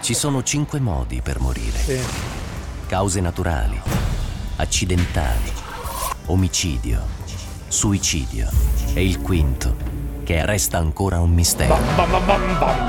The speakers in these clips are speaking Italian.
Ci sono 5 modi per morire. Sì. Cause naturali, accidentali, omicidio, suicidio e il quinto, che resta ancora un mistero. Bam, bam, bam, bam.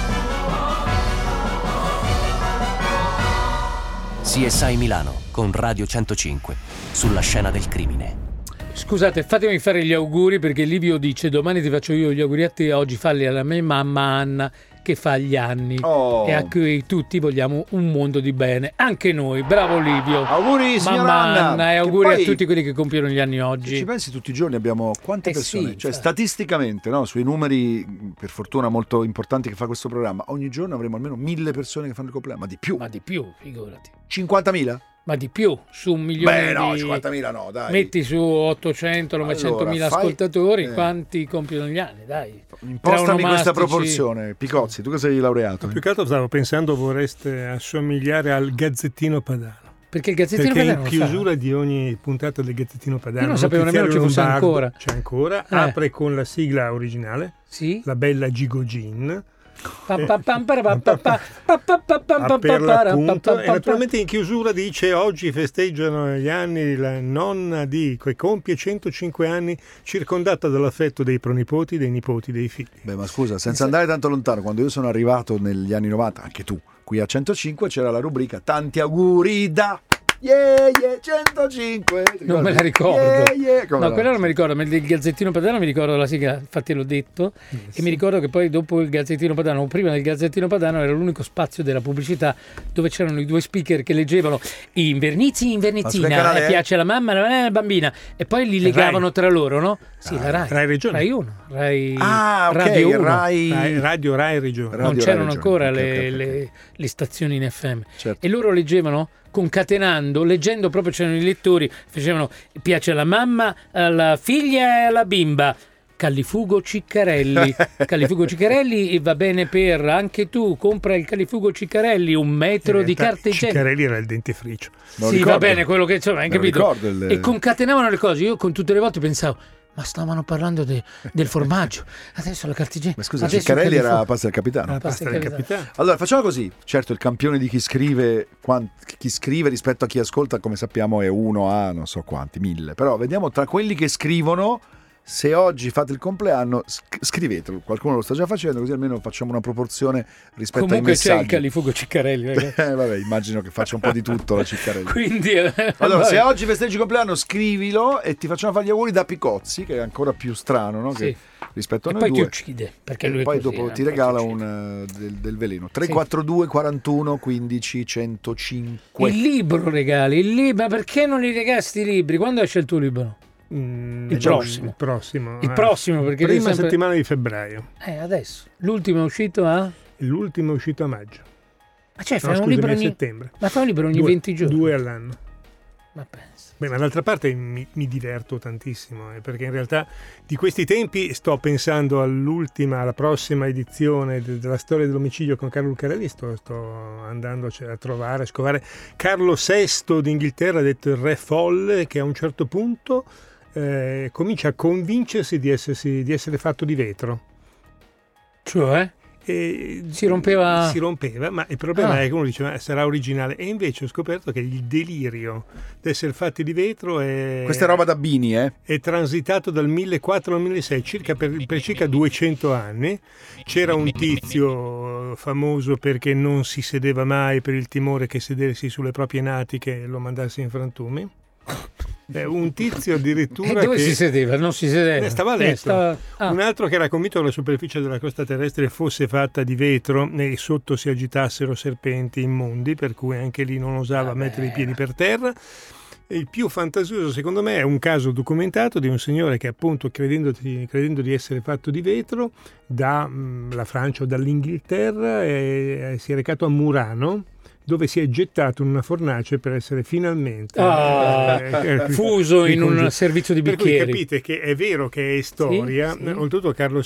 CSI Milano con Radio 105 sulla scena del crimine. Scusate, fatemi fare gli auguri perché Livio dice domani ti faccio io gli auguri a te, oggi falli alla mia mamma Anna che fa gli anni e a cui tutti vogliamo un mondo di bene, anche noi. Bravo Livio, auguri signora mamma Anna, e auguri poi, a tutti quelli che compiono gli anni oggi. Se ci pensi, tutti i giorni abbiamo quante persone, sì, cioè statisticamente, no, sui numeri per fortuna molto importanti che fa questo programma, ogni giorno avremo almeno 1000 persone che fanno il compleanno, ma di più, Figurati. 50.000? Ma di più, su 1 milione. Beh no, di... 50.000 no, dai. Metti su 800, 900.000 ascoltatori, quanti compiono gli anni, dai. Impostami questa proporzione. Picozzi, tu che sei laureato? Più che altro stavo pensando vorreste assomigliare al Gazzettino Padano. Perché il Gazzettino Perché Padano in chiusura di ogni puntata del Gazzettino Padano, io non sapevo nemmeno ci fosse ancora. C'è ancora, apre con la sigla originale, sì? La bella Gigogin. Per l'appunto, e naturalmente in chiusura dice: oggi festeggiano gli anni la nonna di che compie 105 anni, circondata dall'affetto dei pronipoti, dei nipoti, dei figli. Beh, ma scusa, senza andare tanto lontano, quando io sono arrivato negli anni 90, anche tu qui a 105 c'era la rubrica tanti auguri da 105. Non me la ricordo. No, quella non mi ricordo, ma del Gazzettino Padano mi ricordo la sigla, infatti l'ho detto, e mi ricordo che poi dopo il Gazzettino Padano, o prima del Gazzettino Padano, era l'unico spazio della pubblicità dove c'erano i due speaker che leggevano Invernizi, Invernizzina, piace la mamma, la bambina, e poi li legavano tra loro, no? Sì, la Rai. Rai Regione. Rai 1. Rai... Ah, ok, Radio 1. Rai Regione. Non c'erano ancora le stazioni in FM. Certo. E loro leggevano concatenando, leggendo proprio, c'erano i lettori, facevano piace alla mamma, alla figlia e alla bimba. Callifugo Ciccarelli. Callifugo Ciccarelli va bene per anche tu, compra il Callifugo Ciccarelli, 1 metro di carta igienica. Ciccarelli era il dentifricio. Sì, va bene, quello che insomma, hai capito. E concatenavano le cose. Io con tutte le volte pensavo, ma stavano parlando del formaggio, adesso la carta igienica. Ma scusa, Ciccarelli era la pasta del capitano. Allora facciamo così, certo il campione di chi scrive rispetto a chi ascolta, come sappiamo, è 1 a non so quanti, 1000, però vediamo tra quelli che scrivono. Se oggi fate il compleanno, scrivetelo, qualcuno lo sta già facendo, così almeno facciamo una proporzione rispetto comunque ai messaggi. C'è il Callifugo Ciccarelli, ragazzi. Vabbè, immagino che faccia un po' di tutto la Ciccarelli. Quindi, allora, se oggi festeggi il compleanno, scrivilo e ti facciamo fare gli auguri da Picozzi, che è ancora più strano, no? Sì. Che rispetto a e noi poi due. ti uccide, perché lui poi così, dopo ti regala del veleno. 342 41 15 105. Il libro regali, ma perché non li regasti i libri? Quando esce il tuo libro? Il prossimo, perché prima settimana di febbraio. Adesso l'ultimo è uscito l'ultimo è uscito a maggio. Ma cioè fai un libro ogni settembre. Ma fai un libro ogni 20 giorni? 2 all'anno. Ma pensa. Beh, ma d'altra parte mi diverto tantissimo, perché in realtà di questi tempi sto pensando alla prossima edizione della storia dell'omicidio con Carlo Lucarelli. Sto andando a trovare, a scovare Carlo VI d'Inghilterra, detto il re folle, che a un certo punto comincia a convincersi di essere fatto di vetro. Cioè? Si rompeva, ma il problema è che uno dice ma sarà originale, e invece ho scoperto che il delirio di essere fatti di vetro è... Questa è roba da Bini, è transitato dal 1400 al 1600, per circa 200 anni. C'era un tizio famoso perché non si sedeva mai per il timore che sedersi sulle proprie natiche lo mandasse in frantumi. Un tizio addirittura dove si sedeva? Non si sedeva, stava a letto. Un altro che era convinto che la superficie della costa terrestre fosse fatta di vetro e sotto si agitassero serpenti immondi, per cui anche lì non osava mettere i piedi per terra. E il più fantasioso secondo me è un caso documentato di un signore che appunto credendo di essere fatto di vetro dalla Francia o dall'Inghilterra si è recato a Murano, dove si è gettato in una fornace per essere finmente fuso in un servizio di bicchieri. Per cui capite che è vero che è storia. Sì. Oltretutto Carlo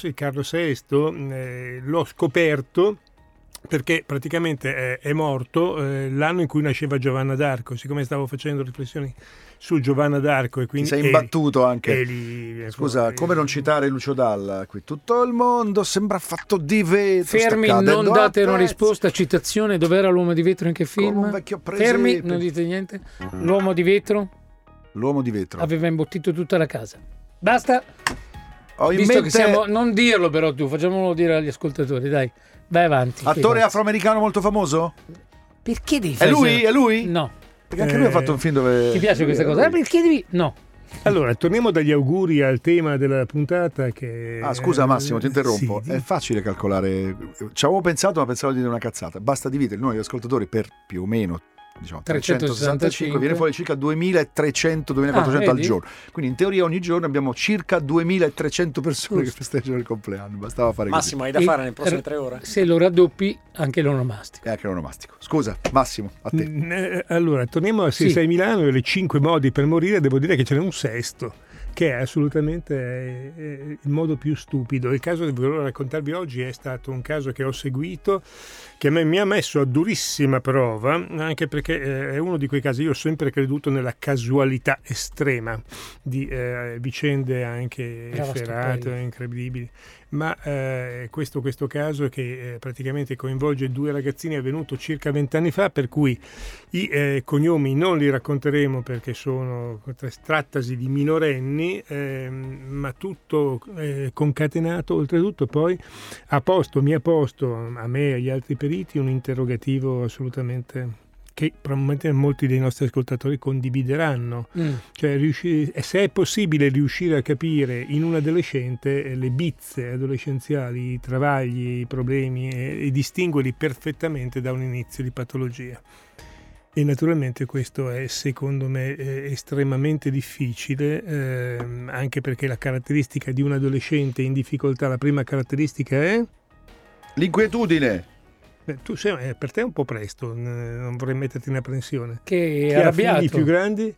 VI l'ho scoperto perché praticamente è morto l'anno in cui nasceva Giovanna d'Arco. Siccome stavo facendo riflessioni su Giovanna d'Arco e quindi ti sei imbattuto anche. Scusa, come non citare Lucio Dalla qui? Tutto il mondo sembra fatto di vetro. Fermi, non date una risposta. Citazione: dov'era l'uomo di vetro, in che film? Come un vecchio presepe. Fermi, non dite niente. L'uomo di vetro aveva imbottito tutta la casa. Basta. Visto che siamo, non dirlo però tu, facciamolo dire agli ascoltatori, dai, vai avanti. Attore afroamericano molto famoso? Perché devi fare? È lui? No. Perché anche lui ha fatto un film dove... Ti piace questa cosa? Perché devi... No. Allora, torniamo dagli auguri al tema della puntata che... scusa Massimo, ti interrompo. Sì. È facile calcolare. Ci avevo pensato, ma pensavo di dire una cazzata. Basta dividere noi gli ascoltatori per più o meno 365, viene fuori circa 2300-2400 al giorno. Quindi in teoria ogni giorno abbiamo circa 2300 persone che festeggiano il compleanno. Bastava fare Massimo, così. hai da fare nelle prossime 3 ore? Se lo raddoppi anche l'onomastico. Anche l'onomastico. Scusa Massimo, a te. Allora, torniamo a CSI Milano e le 5 modi per morire. Devo dire che ce n'è un sesto che è assolutamente il modo più stupido. Il caso che volevo raccontarvi oggi è stato un caso che ho seguito, che mi ha messo a durissima prova, anche perché è uno di quei casi. Io ho sempre creduto nella casualità estrema di vicende anche efferate, incredibili, ma questo caso che praticamente coinvolge 2 ragazzini è avvenuto circa 20 anni fa, per cui i cognomi non li racconteremo perché trattasi di minorenni, ma tutto concatenato. Oltretutto poi mi ha posto a me e agli altri periti un interrogativo assolutamente che probabilmente molti dei nostri ascoltatori condivideranno, cioè se è possibile riuscire a capire in un adolescente le bizze adolescenziali, i travagli, i problemi e distinguerli perfettamente da un inizio di patologia. E naturalmente questo è, secondo me, estremamente difficile, anche perché la caratteristica di un adolescente in difficoltà, la prima caratteristica è? L'inquietudine. Tu sei, per te è un po' presto, non vorrei metterti in apprensione. Che è arrabbiato. Ha figli più grandi?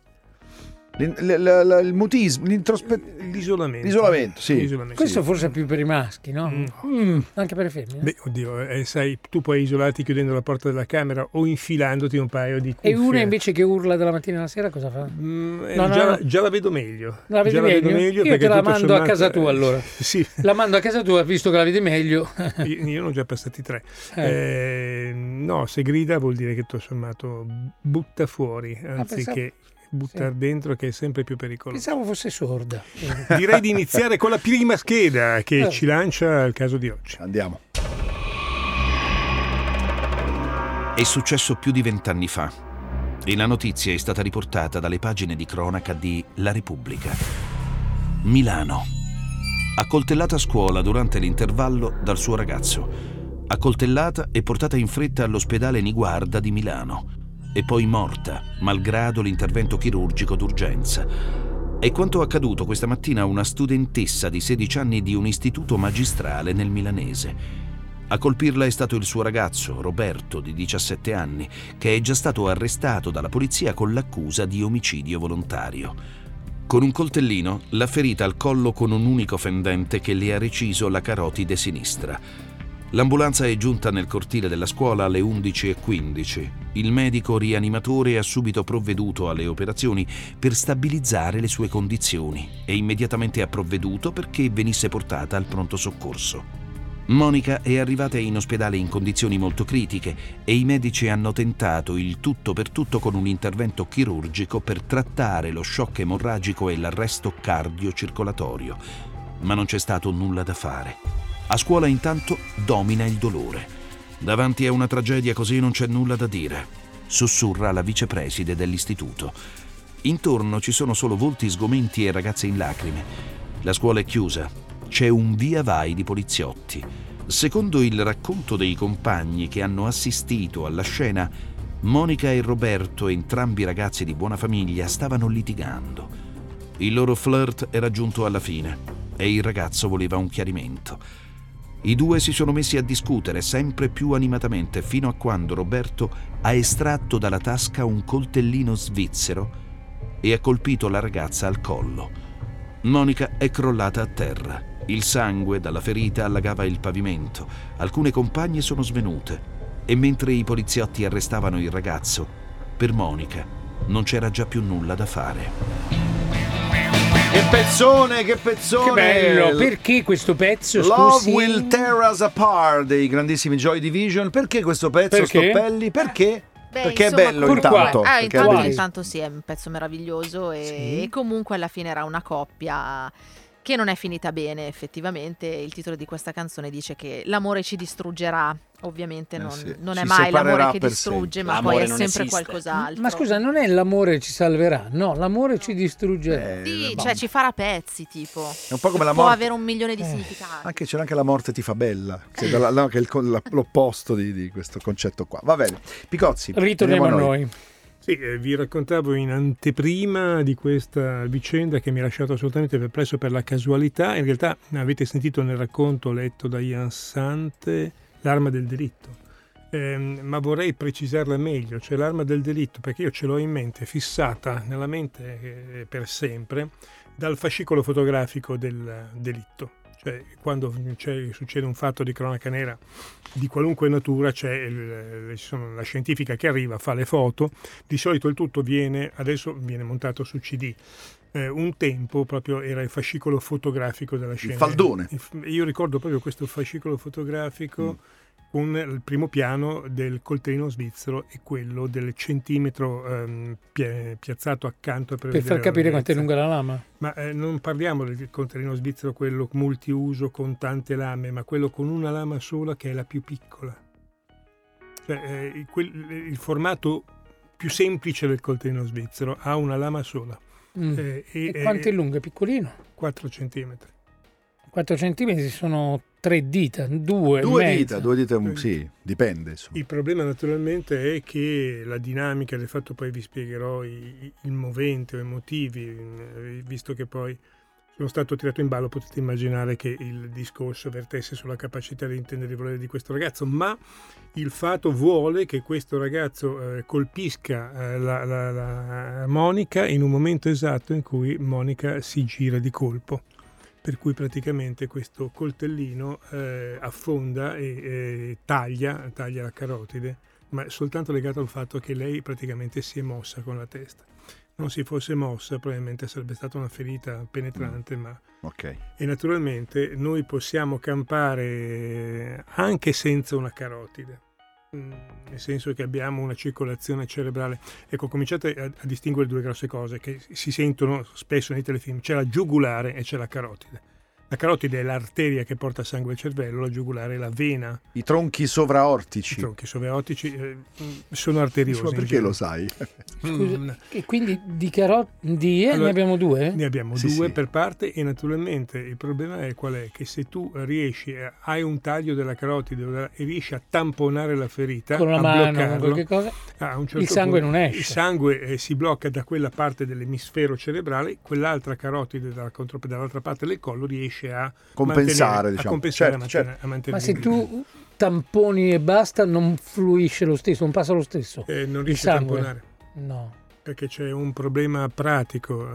Il mutismo, l'isolamento, sì. Questo forse è più per i maschi, no? Anche per le femmine. Beh, oddio, sai, tu puoi isolarti chiudendo la porta della camera o infilandoti un paio di cuffie. E una invece che urla dalla mattina alla sera cosa fa? Già la vedo meglio. La vedi meglio? Io te la mando a casa tua allora. Sì. La mando a casa tua visto che la vedi meglio. Io ne ho già passati 3. No, se grida vuol dire che tutto sommato butta fuori, anziché buttare dentro, che è sempre più pericoloso. Pensavo fosse sorda. Direi di iniziare con la prima scheda che ci lancia il caso di oggi. Andiamo. È successo più di 20 anni fa e la notizia è stata riportata dalle pagine di cronaca di La Repubblica. Milano. Accoltellata a scuola durante l'intervallo dal suo ragazzo. Accoltellata e portata in fretta all'ospedale Niguarda di Milano. E poi morta, malgrado l'intervento chirurgico d'urgenza. È quanto accaduto questa mattina a una studentessa di 16 anni di un istituto magistrale nel milanese. A colpirla è stato il suo ragazzo, Roberto, di 17 anni, che è già stato arrestato dalla polizia con l'accusa di omicidio volontario. Con un coltellino l'ha ferita al collo con un unico fendente che le ha reciso la carotide sinistra. L'ambulanza è giunta nel cortile della scuola alle 11:15. Il medico rianimatore ha subito provveduto alle operazioni per stabilizzare le sue condizioni e immediatamente ha provveduto perché venisse portata al pronto soccorso. Monica è arrivata in ospedale in condizioni molto critiche e i medici hanno tentato il tutto per tutto con un intervento chirurgico per trattare lo shock emorragico e l'arresto cardiocircolatorio, ma non c'è stato nulla da fare. A scuola intanto domina il dolore. Davanti a una tragedia così non c'è nulla da dire, sussurra la vicepreside dell'istituto. Intorno ci sono solo volti sgomenti e ragazze in lacrime. La scuola è chiusa, c'è un via vai di poliziotti. Secondo il racconto dei compagni che hanno assistito alla scena, Monica e Roberto, entrambi ragazzi di buona famiglia, stavano litigando. Il loro flirt era giunto alla fine e il ragazzo voleva un chiarimento. I due si sono messi a discutere sempre più animatamente fino a quando Roberto ha estratto dalla tasca un coltellino svizzero e ha colpito la ragazza al collo. Monica è crollata a terra. Il sangue dalla ferita allagava il pavimento. Alcune compagne sono svenute e mentre i poliziotti arrestavano il ragazzo, per Monica non c'era già più nulla da fare. Che pezzone! Che bello! Perché questo pezzo? Love Will Tear Us Apart dei grandissimi Joy Division. Perché questo pezzo, Stoppelli? Perché? Perché insomma, è bello intanto. Intanto sì, è un pezzo meraviglioso e comunque alla fine era una coppia che non è finita bene effettivamente. Il titolo di questa canzone dice che l'amore ci distruggerà. Ovviamente non è mai l'amore che distrugge, ma poi è sempre qualcos'altro. Ma scusa, non è l'amore ci salverà, no, l'amore ci distruggerà. Sì, cioè ci farà pezzi, tipo. È un po' come la morte. Può avere un milione di significati. C'era anche la morte ti fa bella, che è l'opposto di questo concetto qua. Va bene, Picozzi. Ritorniamo a noi. Sì, vi raccontavo in anteprima di questa vicenda che mi ha lasciato assolutamente perplesso per la casualità. In realtà avete sentito nel racconto letto da Ian Sante l'arma del delitto, ma vorrei precisarla meglio, cioè l'arma del delitto, perché io ce l'ho in mente, fissata nella mente per dal fascicolo fotografico del delitto. Cioè, quando succede un fatto di cronaca nera di qualunque natura, la scientifica che arriva, fa le foto, di solito il tutto adesso viene montato su CD. Un tempo proprio era il fascicolo fotografico della scena. Il faldone. Io ricordo proprio questo fascicolo fotografico con il primo piano del coltellino svizzero e quello del centimetro piazzato accanto per far capire quanto è lunga la lama. Ma non parliamo del coltellino svizzero, quello multiuso con tante lame, ma quello con una lama sola che è la più piccola. Cioè, il formato più semplice del coltellino svizzero ha una lama sola. E quanto è lungo? È piccolino? 4 centimetri. 4 centimetri sono 3 dita, 2 dita, sì, dipende. Insomma. Il problema naturalmente è che la dinamica del fatto, poi vi spiegherò il movente o i motivi, visto che poi sono stato tirato in ballo, potete immaginare che il discorso vertesse sulla capacità di intendere e di volere di questo ragazzo, ma il fato vuole che questo ragazzo colpisca la Monica in un momento esatto in cui Monica si gira di colpo. Per cui praticamente questo coltellino affonda e taglia la carotide, ma soltanto legato al fatto che lei praticamente si è mossa con la testa. Non si fosse mossa, probabilmente sarebbe stata una ferita penetrante, ma... Okay. E naturalmente noi possiamo campare anche senza una carotide, nel senso che abbiamo una circolazione cerebrale. Ecco, cominciate a distinguere due grosse cose che si sentono spesso nei telefilm: c'è la giugulare e c'è la carotide. La carotide è l'arteria che porta sangue al cervello, la giugulare è la vena. I tronchi sovraortici. I tronchi sovraortici sono arteriosi. Ma perché lo sai? Scusa, e quindi allora, ne abbiamo due? Ne abbiamo due per parte, e naturalmente il problema è qual è? Che se tu hai un taglio della carotide e riesci a tamponare la ferita, con la mano, con qualche cosa, il sangue non esce. Il sangue si blocca da quella parte dell'emisfero cerebrale, quell'altra carotide dall'altra parte del collo riesce a compensare, a mantenere. Ma se tu tamponi e basta, non fluisce lo stesso, non passa lo stesso. Non riesce a tamponare. No. Perché c'è un problema pratico,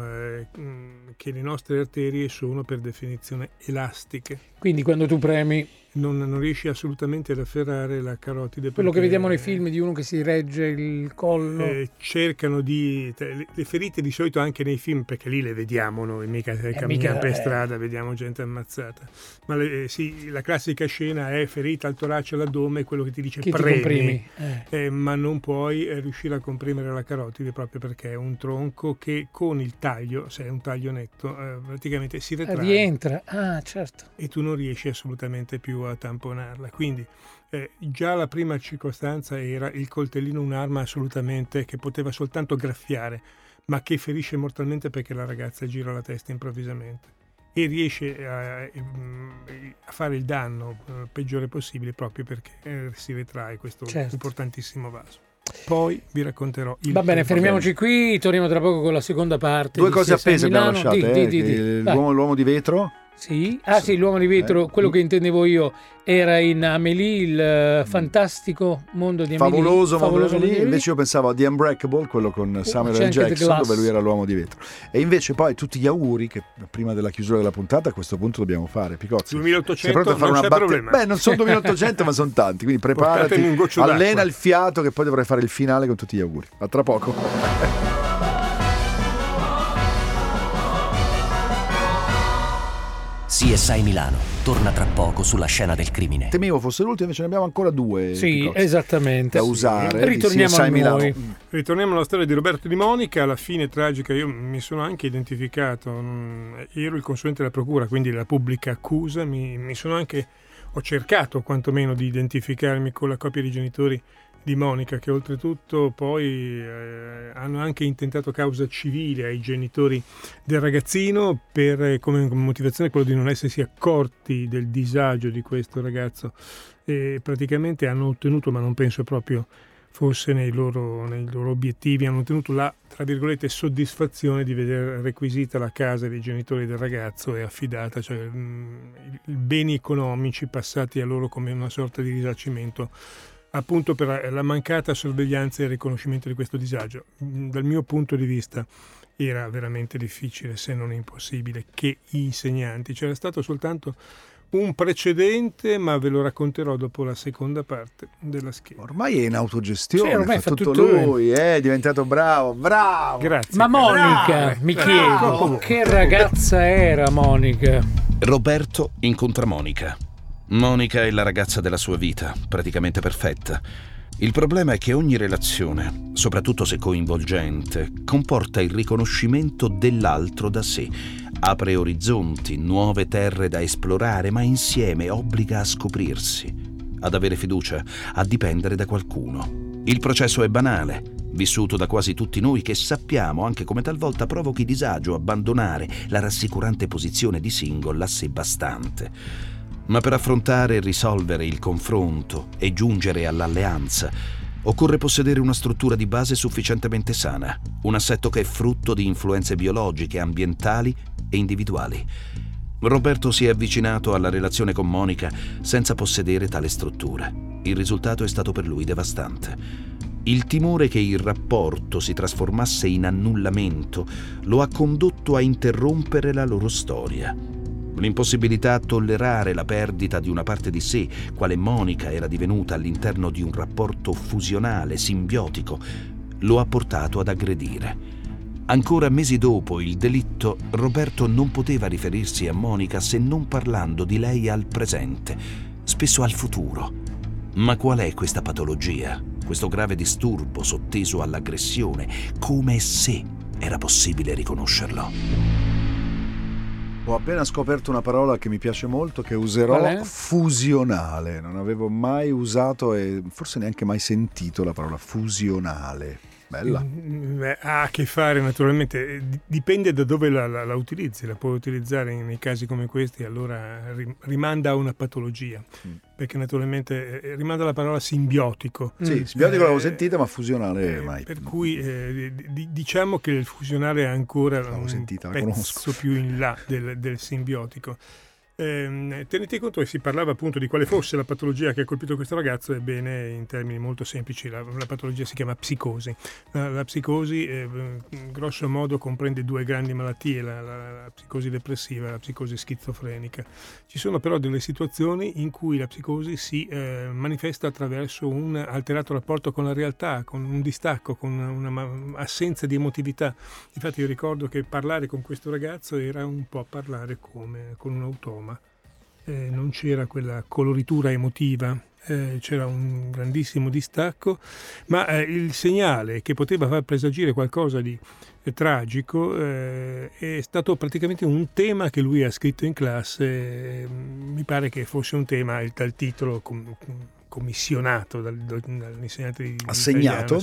che le nostre arterie sono per definizione elastiche. Quindi quando tu premi non riesci assolutamente ad afferrare la carotide. Quello che vediamo nei film di uno che si regge il collo. Cercano le ferite di solito anche nei film, perché lì le vediamo noi, mica camminiamo per strada, vediamo gente ammazzata. Ma la classica scena è ferita al torace e all'addome, quello che ti dice premi. Ma non puoi riuscire a comprimere la carotide proprio perché è un tronco che con il taglio, se è un taglio netto, praticamente si ritrae. Rientra, certo. E tu non riesci assolutamente più a tamponarla. Quindi già la prima circostanza era il coltellino, un'arma assolutamente che poteva soltanto graffiare, ma che ferisce mortalmente perché la ragazza gira la testa improvvisamente e riesce a fare il danno peggiore possibile proprio perché si ritrae questo importantissimo vaso. Poi vi racconterò Va bene, fermiamoci qui, torniamo tra poco con la seconda parte. Due cose appese abbiamo lasciato. L'uomo di vetro. Sì, sì, l'uomo di vetro, quello che intendevo io era in Amélie, il fantastico mondo di Amélie. Favoloso mondo di Amélie. Invece io pensavo a The Unbreakable, quello con Samuel L. Jackson, dove lui era l'uomo di vetro. E invece poi tutti gli auguri che prima della chiusura della puntata a questo punto dobbiamo fare. Picozzi, 2800 non fare c'è problema. Beh, non sono 2800 ma sono tanti, quindi preparati, allena il fiato che poi dovrai fare il finale con tutti gli auguri. A tra poco. CSI Milano torna tra poco sulla scena del crimine. Temevo fosse l'ultimo, invece ne abbiamo ancora 2. Sì, esattamente. Da usare. Ritorniamo a noi. Ritorniamo alla storia di Roberto Di Monica, alla fine tragica. Io mi sono anche identificato, ero il consulente della procura, quindi la pubblica accusa, ho cercato quantomeno di identificarmi con la coppia di genitori di Monica, che oltretutto poi hanno anche intentato causa civile ai genitori del ragazzino per come motivazione quello di non essersi accorti del disagio di questo ragazzo, e praticamente hanno ottenuto, ma non penso proprio fosse nei loro obiettivi, hanno ottenuto la, tra virgolette, soddisfazione di vedere requisita la casa dei genitori del ragazzo e affidata, cioè i beni economici passati a loro come una sorta di risarcimento, appunto per la mancata sorveglianza e il riconoscimento di questo disagio. Dal mio punto di vista era veramente difficile, se non impossibile, che gli insegnanti, c'era stato soltanto un precedente, ma ve lo racconterò dopo la seconda parte della scheda. Ormai è in autogestione, sì, ormai fa tutto lui, è diventato bravo. Grazie. Ma Monica, mi chiedo, che ragazza era Monica? Roberto incontra Monica. Monica è la ragazza della sua vita, praticamente perfetta. Il problema è che ogni relazione, soprattutto se coinvolgente, comporta il riconoscimento dell'altro da sé. Apre orizzonti, nuove terre da esplorare, ma insieme obbliga a scoprirsi, ad avere fiducia, a dipendere da qualcuno. Il processo è banale, vissuto da quasi tutti noi che sappiamo anche come talvolta provochi disagio abbandonare la rassicurante posizione di single a sé bastante. Ma per affrontare e risolvere il confronto e giungere all'alleanza, occorre possedere una struttura di base sufficientemente sana, un assetto che è frutto di influenze biologiche, ambientali e individuali. Roberto si è avvicinato alla relazione con Monica senza possedere tale struttura. Il risultato è stato per lui devastante. Il timore che il rapporto si trasformasse in annullamento lo ha condotto a interrompere la loro storia. L'impossibilità a tollerare la perdita di una parte di sé, quale Monica era divenuta all'interno di un rapporto fusionale, simbiotico, lo ha portato ad aggredire. Ancora mesi dopo il delitto, Roberto non poteva riferirsi a Monica se non parlando di lei al presente, spesso al futuro. Ma qual è questa patologia, questo grave disturbo sotteso all'aggressione? Come e se era possibile riconoscerlo? Ho appena scoperto una parola che mi piace molto, che userò: fusionale. Non avevo mai usato e forse neanche mai sentito la parola fusionale. Bella. Ha a che fare, naturalmente, dipende da dove la utilizzi. La puoi utilizzare nei casi come questi, allora rimanda a una patologia, perché naturalmente rimanda alla parola simbiotico. Sì, simbiotico l'avevo sentita, ma fusionale mai. Per cui diciamo che il fusionale è ancora pezzo più in là del simbiotico. Tenete conto che si parlava appunto di quale fosse la patologia che ha colpito questo ragazzo. Ebbene, in termini molto semplici, la patologia si chiama psicosi. La psicosi grosso modo comprende due grandi malattie, la psicosi depressiva e la psicosi schizofrenica. Ci sono però delle situazioni in cui la psicosi si manifesta attraverso un alterato rapporto con la realtà, con un distacco, con un'assenza di emotività. Infatti io ricordo che parlare con questo ragazzo era un po' parlare come con un automa. Non c'era quella coloritura emotiva, c'era un grandissimo distacco, ma il segnale che poteva far presagire qualcosa di tragico è stato praticamente un tema che lui ha scritto in classe. Mi pare che fosse un tema dal titolo commissionato dall'insegnante di assegnato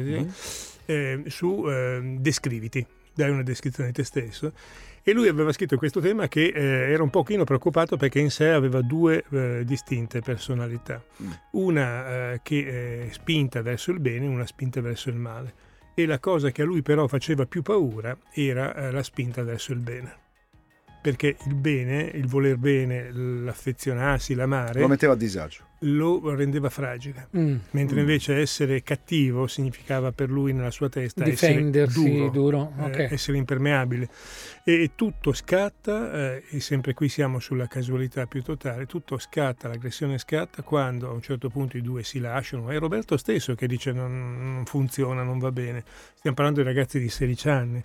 su descriviti, dai una descrizione di te stesso. E lui aveva scritto questo tema che era un pochino preoccupato perché in sé aveva due distinte personalità. Una che è spinta verso il bene, una spinta verso il male. E la cosa che a lui però faceva più paura era la spinta verso il bene. perché il bene, il voler bene, l'affezionarsi, l'amare lo metteva a disagio, lo rendeva fragile, mentre invece essere cattivo significava per lui nella sua testa difendersi, essere duro. Okay. Essere impermeabile, e tutto scatta, e sempre qui siamo sulla casualità più totale, tutto scatta, l'aggressione scatta quando a un certo punto i due si lasciano. È Roberto stesso che dice non funziona, non va bene. Stiamo parlando di ragazzi di 16 anni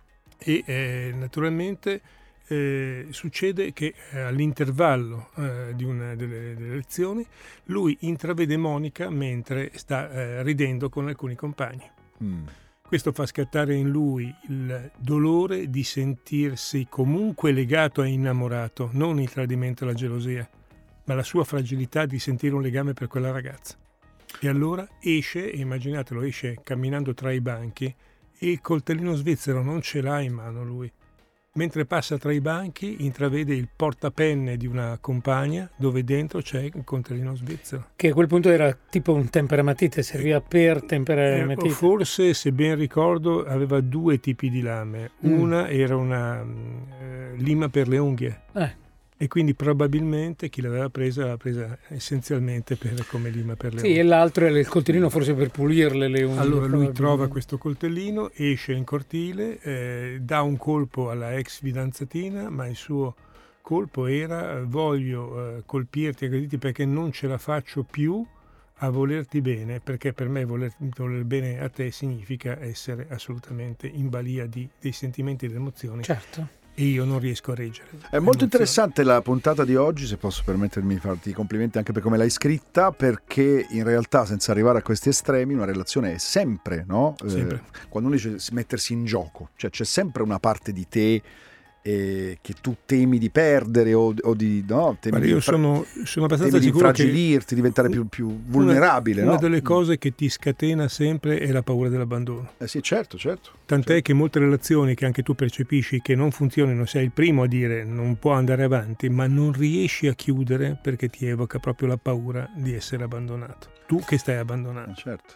e naturalmente succede che all'intervallo delle lezioni lui intravede Monica mentre sta ridendo con alcuni compagni. Questo fa scattare in lui il dolore di sentirsi comunque legato e innamorato, non il tradimento e la gelosia, ma la sua fragilità di sentire un legame per quella ragazza. E allora esce, e immaginatelo, esce camminando tra i banchi e il coltellino svizzero non ce l'ha in mano lui. Mentre passa tra i banchi intravede il portapenne di una compagna dove dentro c'è il coltellino svizzero. Che a quel punto era tipo un temperamatite, serviva per temperare matite. Forse, se ben ricordo, aveva 2 tipi di lame. Una era una lima per le unghie. E quindi probabilmente chi l'aveva presa essenzialmente come lima per le unghie. Sì, e l'altro era il coltellino forse per pulirle le unghie. Allora lui trova questo coltellino, esce in cortile, dà un colpo alla ex fidanzatina, ma il suo colpo era voglio colpirti, aggredirti perché non ce la faccio più a volerti bene, perché per me voler bene a te significa essere assolutamente in balia dei sentimenti e delle emozioni. Certo. E io non riesco a reggere. È molto interessante la puntata di oggi, se posso permettermi di farti i complimenti anche per come l'hai scritta, perché in realtà, senza arrivare a questi estremi, una relazione è sempre, no? Sempre. Quando uno dice mettersi in gioco, cioè c'è sempre una parte di te che tu temi di perdere o di no, temi io sono abbastanza di sicuro infragilirti, diventare più vulnerabile. Una delle cose che ti scatena sempre è la paura dell'abbandono. Sì, certo. Tant'è che molte relazioni che anche tu percepisci che non funzionano, sei il primo a dire non può andare avanti, ma non riesci a chiudere perché ti evoca proprio la paura di essere abbandonato. Tu che stai abbandonando. Certo.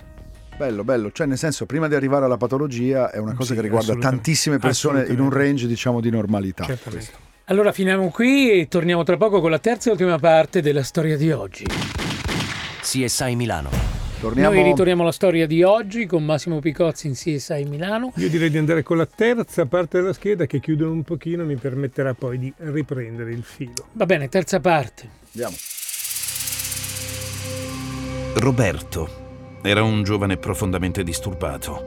Bello, cioè nel senso, prima di arrivare alla patologia è una cosa che riguarda tantissime persone in un range, diciamo, di normalità. Allora finiamo qui e torniamo tra poco con la terza e ultima parte della storia di oggi. CSI Milano. Noi ritorniamo alla storia di oggi con Massimo Picozzi in CSI Milano. Io direi di andare con la terza parte della scheda che chiude un pochino, mi permetterà poi di riprendere il filo. Va bene, terza parte. Andiamo. Roberto era un giovane profondamente disturbato.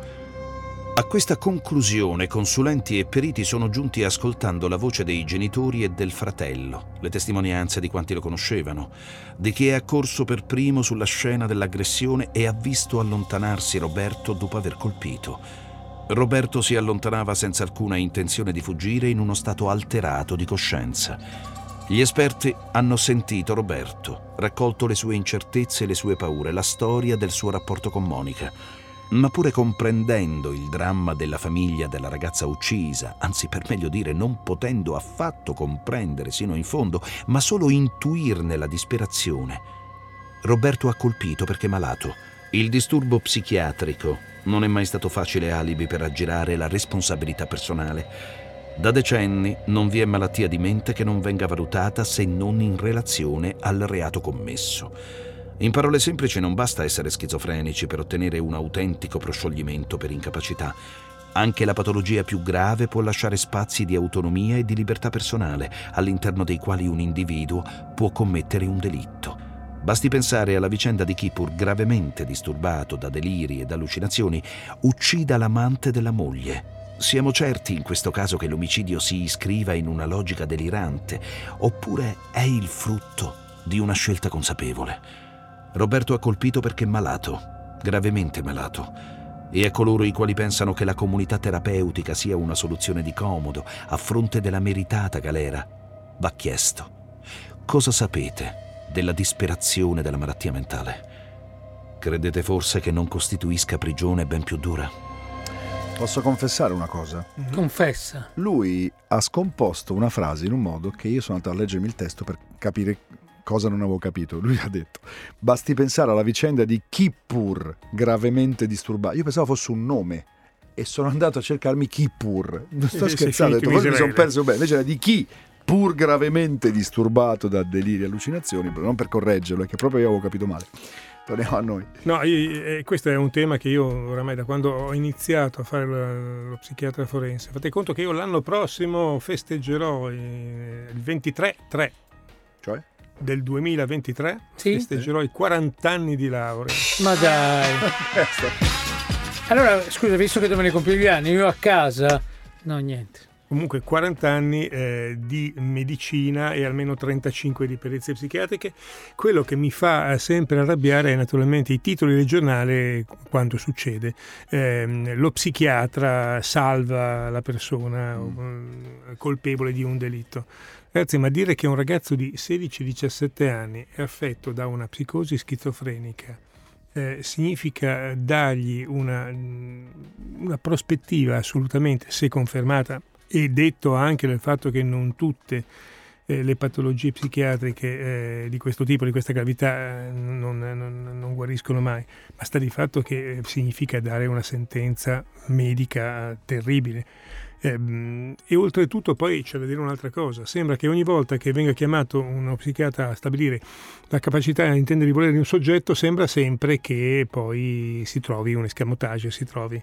A questa conclusione consulenti e periti sono giunti ascoltando la voce dei genitori e del fratello, le testimonianze di quanti lo conoscevano, di chi è accorso per primo sulla scena dell'aggressione e ha visto allontanarsi Roberto dopo aver colpito. Roberto si allontanava senza alcuna intenzione di fuggire, in uno stato alterato di coscienza. Gli esperti hanno sentito Roberto, raccolto le sue incertezze e le sue paure, la storia del suo rapporto con Monica. Ma pure comprendendo il dramma della famiglia della ragazza uccisa, anzi per meglio dire non potendo affatto comprendere sino in fondo, ma solo intuirne la disperazione, Roberto ha colpito perché malato. Il disturbo psichiatrico non è mai stato facile alibi per aggirare la responsabilità personale. Da decenni non vi è malattia di mente che non venga valutata se non in relazione al reato commesso. In parole semplici, non basta essere schizofrenici per ottenere un autentico proscioglimento per incapacità. Anche la patologia più grave può lasciare spazi di autonomia e di libertà personale, all'interno dei quali un individuo può commettere un delitto. Basti pensare alla vicenda di chi, pur gravemente disturbato da deliri ed allucinazioni, uccida l'amante della moglie. Siamo certi in questo caso che l'omicidio si iscriva in una logica delirante, oppure è il frutto di una scelta consapevole. Roberto ha colpito perché è malato, gravemente malato, e a coloro i quali pensano che la comunità terapeutica sia una soluzione di comodo a fronte della meritata galera, va chiesto: cosa sapete della disperazione della malattia mentale? Credete forse che non costituisca prigione ben più dura? Posso confessare una cosa? Confessa. Lui ha scomposto una frase in un modo che io sono andato a leggermi il testo per capire cosa non avevo capito. Lui ha detto: basti pensare alla vicenda di chi pur gravemente disturbato. Io pensavo fosse un nome, e sono andato a cercarmi chi pur. Non sto scherzando, ho detto, forse mi sono perso bene. Invece era di chi pur gravemente disturbato da deliri e allucinazioni, non per correggerlo, è che proprio io avevo capito male. Torniamo a noi. No, questo è un tema che io oramai da quando ho iniziato a fare lo psichiatra forense, fate conto che io l'anno prossimo festeggerò il 23/3, cioè? Del 2023, festeggerò i 40 anni di laurea. Ma dai. Allora, scusa, visto che dovrei compiere gli anni, io a casa, no, niente. Comunque 40 anni di medicina e almeno 35 di perizie psichiatriche. Quello che mi fa sempre arrabbiare è naturalmente i titoli del giornale quando succede. Lo psichiatra salva la persona colpevole di un delitto. Ragazzi, ma dire che un ragazzo di 16-17 anni è affetto da una psicosi schizofrenica significa dargli una prospettiva assolutamente, se confermata, e detto anche del fatto che non tutte le patologie psichiatriche di questo tipo, di questa gravità, non guariscono mai, ma sta di fatto che significa dare una sentenza medica terribile. E oltretutto poi c'è da dire un'altra cosa: sembra che ogni volta che venga chiamato uno psichiatra a stabilire la capacità a intendere di volere di un soggetto, sembra sempre che poi si trovi un escamotage, si trovi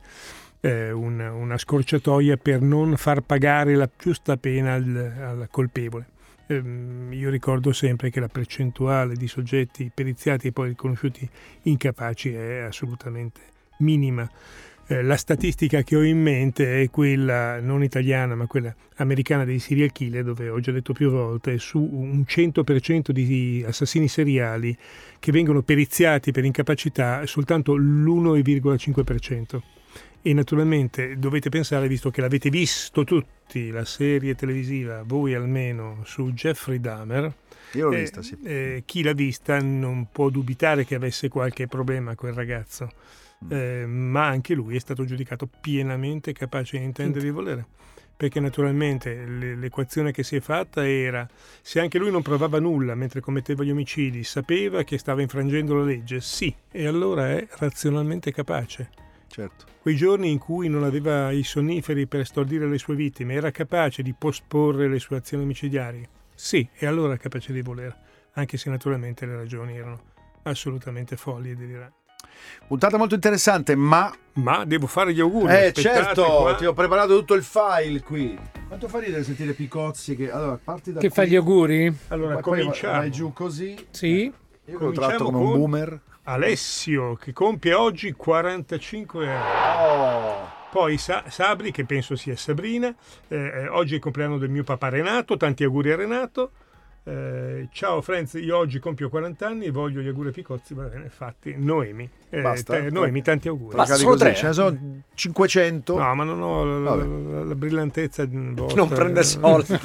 una scorciatoia per non far pagare la giusta pena al colpevole. Io ricordo sempre che la percentuale di soggetti periziati e poi riconosciuti incapaci è assolutamente minima. La statistica che ho in mente è quella non italiana ma quella americana dei serial killer, dove ho già detto più volte, su un 100% di assassini seriali che vengono periziati per incapacità soltanto l'1,5%. E naturalmente dovete pensare, visto che l'avete visto tutti, la serie televisiva, voi almeno, su Jeffrey Dahmer. Io l'ho vista, sì. Chi l'ha vista non può dubitare che avesse qualche problema quel ragazzo. Ma anche lui è stato giudicato pienamente capace di intendere di volere, perché naturalmente l'equazione che si è fatta era: se anche lui non provava nulla mentre commetteva gli omicidi, sapeva che stava infrangendo la legge, sì, e allora è razionalmente capace. Certo. Quei giorni in cui non aveva i sonniferi per stordire le sue vittime, era capace di posporre le sue azioni omicidiarie, sì, e allora è capace di volere, anche se naturalmente le ragioni erano assolutamente folli e deliranti. Puntata molto interessante, ma devo fare gli auguri. Certo, qua. Ti ho preparato tutto il file qui. Quanto fa ridere sentire Picozzi che allora parti da che qui. fa gli auguri? Allora cominciamo. Vai giù così. Sì. Io lo tratto come un boomer. Alessio, che compie oggi 45 anni. Poi Sabri, che penso sia Sabrina. Oggi è il compleanno del mio papà Renato, tanti auguri a Renato. Ciao Franz, io oggi compio 40 anni e voglio gli auguri a Picozzi. Va bene, fatti. Noemi, Noemi, tanti auguri. Così, ce ne sono 500. No, ma non ho la brillantezza vostra. Non prende soldi.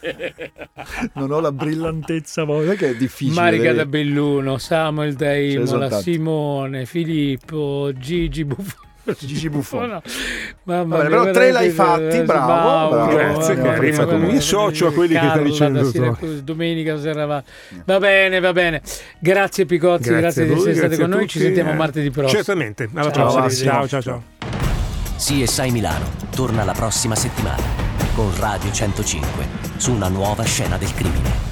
Non ho la brillantezza vostra, che è difficile. Marica da Belluno, Samuel da Imola, Simone, Filippo, Gigi Buffon. Mamma mia, però 3 l'hai fatti, bravo. Grazie, mi associo a quelli che stai dicendo. Domenica sera va bene. Grazie Picozzi, grazie di essere stati con noi. Ci sentiamo martedì prossimo. Certamente, alla prossima. Ciao. CSI Milano torna la prossima settimana con Radio 105 su una nuova scena del crimine.